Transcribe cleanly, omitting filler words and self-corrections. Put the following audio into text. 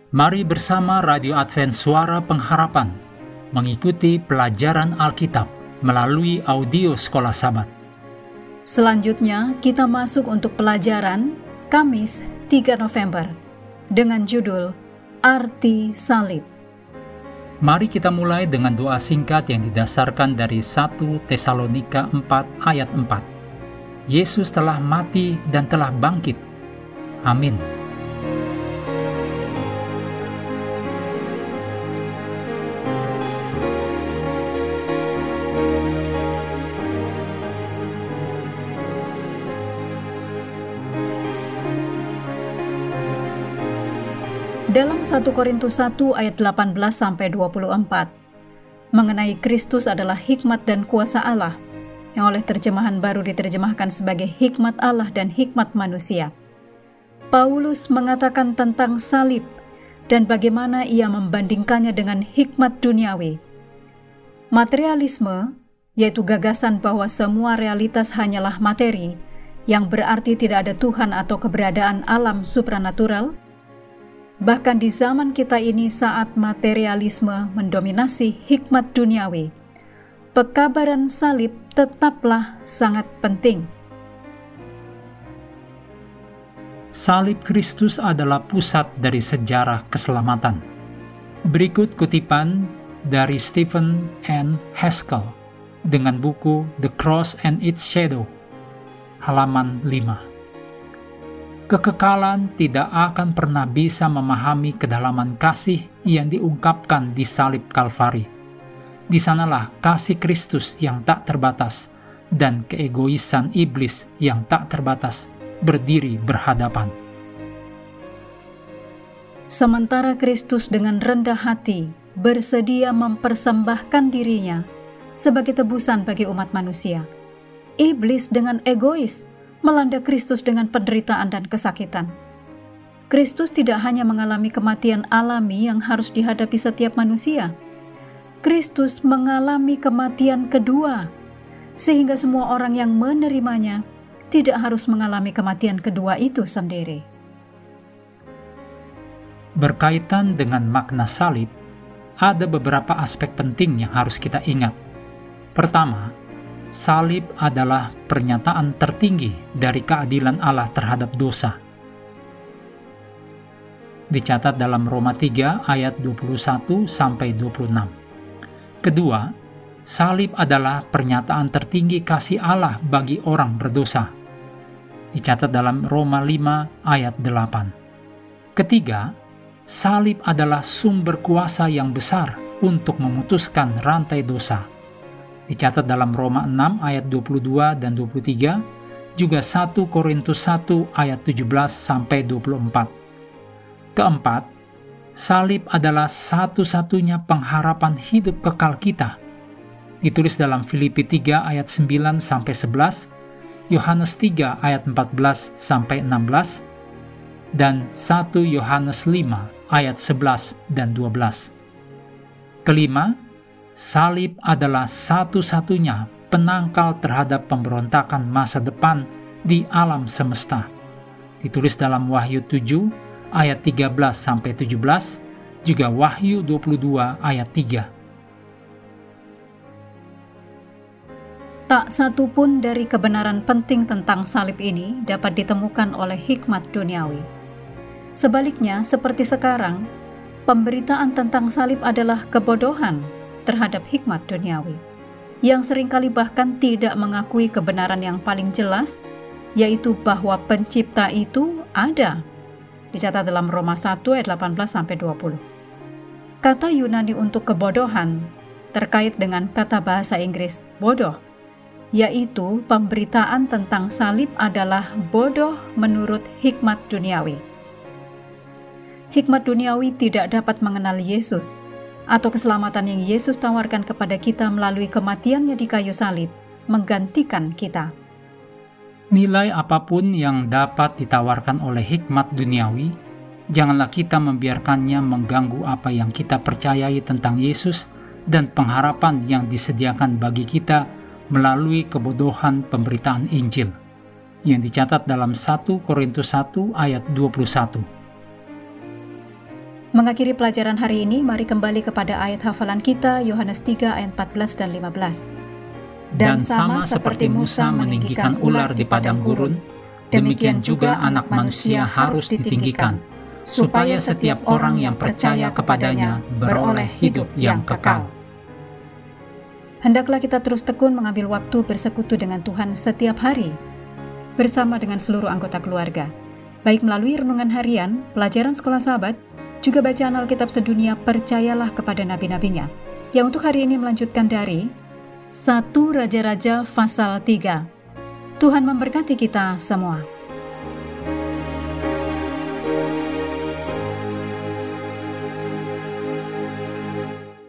Mari bersama Radio Advent Suara Pengharapan mengikuti pelajaran Alkitab melalui audio Sekolah Sabat. Selanjutnya kita masuk untuk pelajaran Kamis 3 November dengan judul Arti Salib. Mari kita mulai dengan doa singkat yang didasarkan dari 1 Tesalonika 4 ayat 4. Yesus telah mati dan telah bangkit. Amin. Dalam 1 Korintus 1 ayat 18-24, mengenai Kristus adalah hikmat dan kuasa Allah, yang oleh terjemahan baru diterjemahkan sebagai hikmat Allah dan hikmat manusia. Paulus mengatakan tentang salib dan bagaimana ia membandingkannya dengan hikmat duniawi. Materialisme, yaitu gagasan bahwa semua realitas hanyalah materi, yang berarti tidak ada Tuhan atau keberadaan alam supranatural. Bahkan di zaman kita ini saat materialisme mendominasi hikmat duniawi, pekabaran salib tetaplah sangat penting. Salib Kristus adalah pusat dari sejarah keselamatan. Berikut kutipan dari Stephen N. Haskell dengan buku The Cross and Its Shadow, halaman 5. Kekekalan tidak akan pernah bisa memahami kedalaman kasih yang diungkapkan di salib Kalvari. Di sanalah kasih Kristus yang tak terbatas dan keegoisan iblis yang tak terbatas berdiri berhadapan. Sementara Kristus dengan rendah hati bersedia mempersembahkan dirinya sebagai tebusan bagi umat manusia, iblis dengan egois melanda Kristus dengan penderitaan dan kesakitan. Kristus tidak hanya mengalami kematian alami yang harus dihadapi setiap manusia. Kristus mengalami kematian kedua, sehingga semua orang yang menerimanya tidak harus mengalami kematian kedua itu sendiri. Berkaitan dengan makna salib, ada beberapa aspek penting yang harus kita ingat. Pertama, salib adalah pernyataan tertinggi dari keadilan Allah terhadap dosa. Dicatat dalam Roma 3 ayat 21-26. Kedua, salib adalah pernyataan tertinggi kasih Allah bagi orang berdosa. Dicatat dalam Roma 5 ayat 8. Ketiga, salib adalah sumber kuasa yang besar untuk memutuskan rantai dosa. Dicatat dalam Roma 6 ayat 22 dan 23, juga 1 Korintus 1 ayat 17-24. Keempat, salib adalah satu-satunya pengharapan hidup kekal kita. Ditulis dalam Filipi 3 ayat 9-11, Yohanes 3 ayat 14-16, dan 1 Yohanes 5 ayat 11 dan 12. Kelima, salib adalah satu-satunya penangkal terhadap pemberontakan masa depan di alam semesta. Ditulis dalam Wahyu 7 ayat 13-17, juga Wahyu 22 ayat 3. Tak satu pun dari kebenaran penting tentang salib ini dapat ditemukan oleh hikmat duniawi. Sebaliknya, seperti sekarang, pemberitaan tentang salib adalah kebodohan terhadap hikmat duniawi, yang seringkali bahkan tidak mengakui kebenaran yang paling jelas, yaitu bahwa pencipta itu ada. Dicatat dalam Roma 1 ayat 18-20. Kata Yunani untuk kebodohan terkait dengan kata bahasa Inggris bodoh, yaitu pemberitaan tentang salib adalah bodoh menurut hikmat duniawi. Hikmat duniawi tidak dapat mengenal Yesus atau keselamatan yang Yesus tawarkan kepada kita melalui kematiannya di kayu salib, menggantikan kita. Nilai apapun yang dapat ditawarkan oleh hikmat duniawi, janganlah kita membiarkannya mengganggu apa yang kita percayai tentang Yesus dan pengharapan yang disediakan bagi kita melalui kebodohan pemberitaan Injil, yang dicatat dalam 1 Korintus 1 ayat 21. Mengakhiri pelajaran hari ini, mari kembali kepada ayat hafalan kita, Yohanes 3 ayat 14 dan 15. Dan sama seperti Musa meninggikan ular di padang gurun, demikian juga Anak Manusia harus ditinggikan, supaya setiap orang yang percaya kepadanya beroleh hidup yang kekal. Hendaklah kita terus tekun mengambil waktu bersekutu dengan Tuhan setiap hari, bersama dengan seluruh anggota keluarga, baik melalui renungan harian, pelajaran sekolah sahabat, juga bacaan Alkitab sedunia Percayalah kepada nabi-nabinya, yang untuk hari ini melanjutkan dari 1 Raja-Raja pasal 3. Tuhan memberkati kita semua.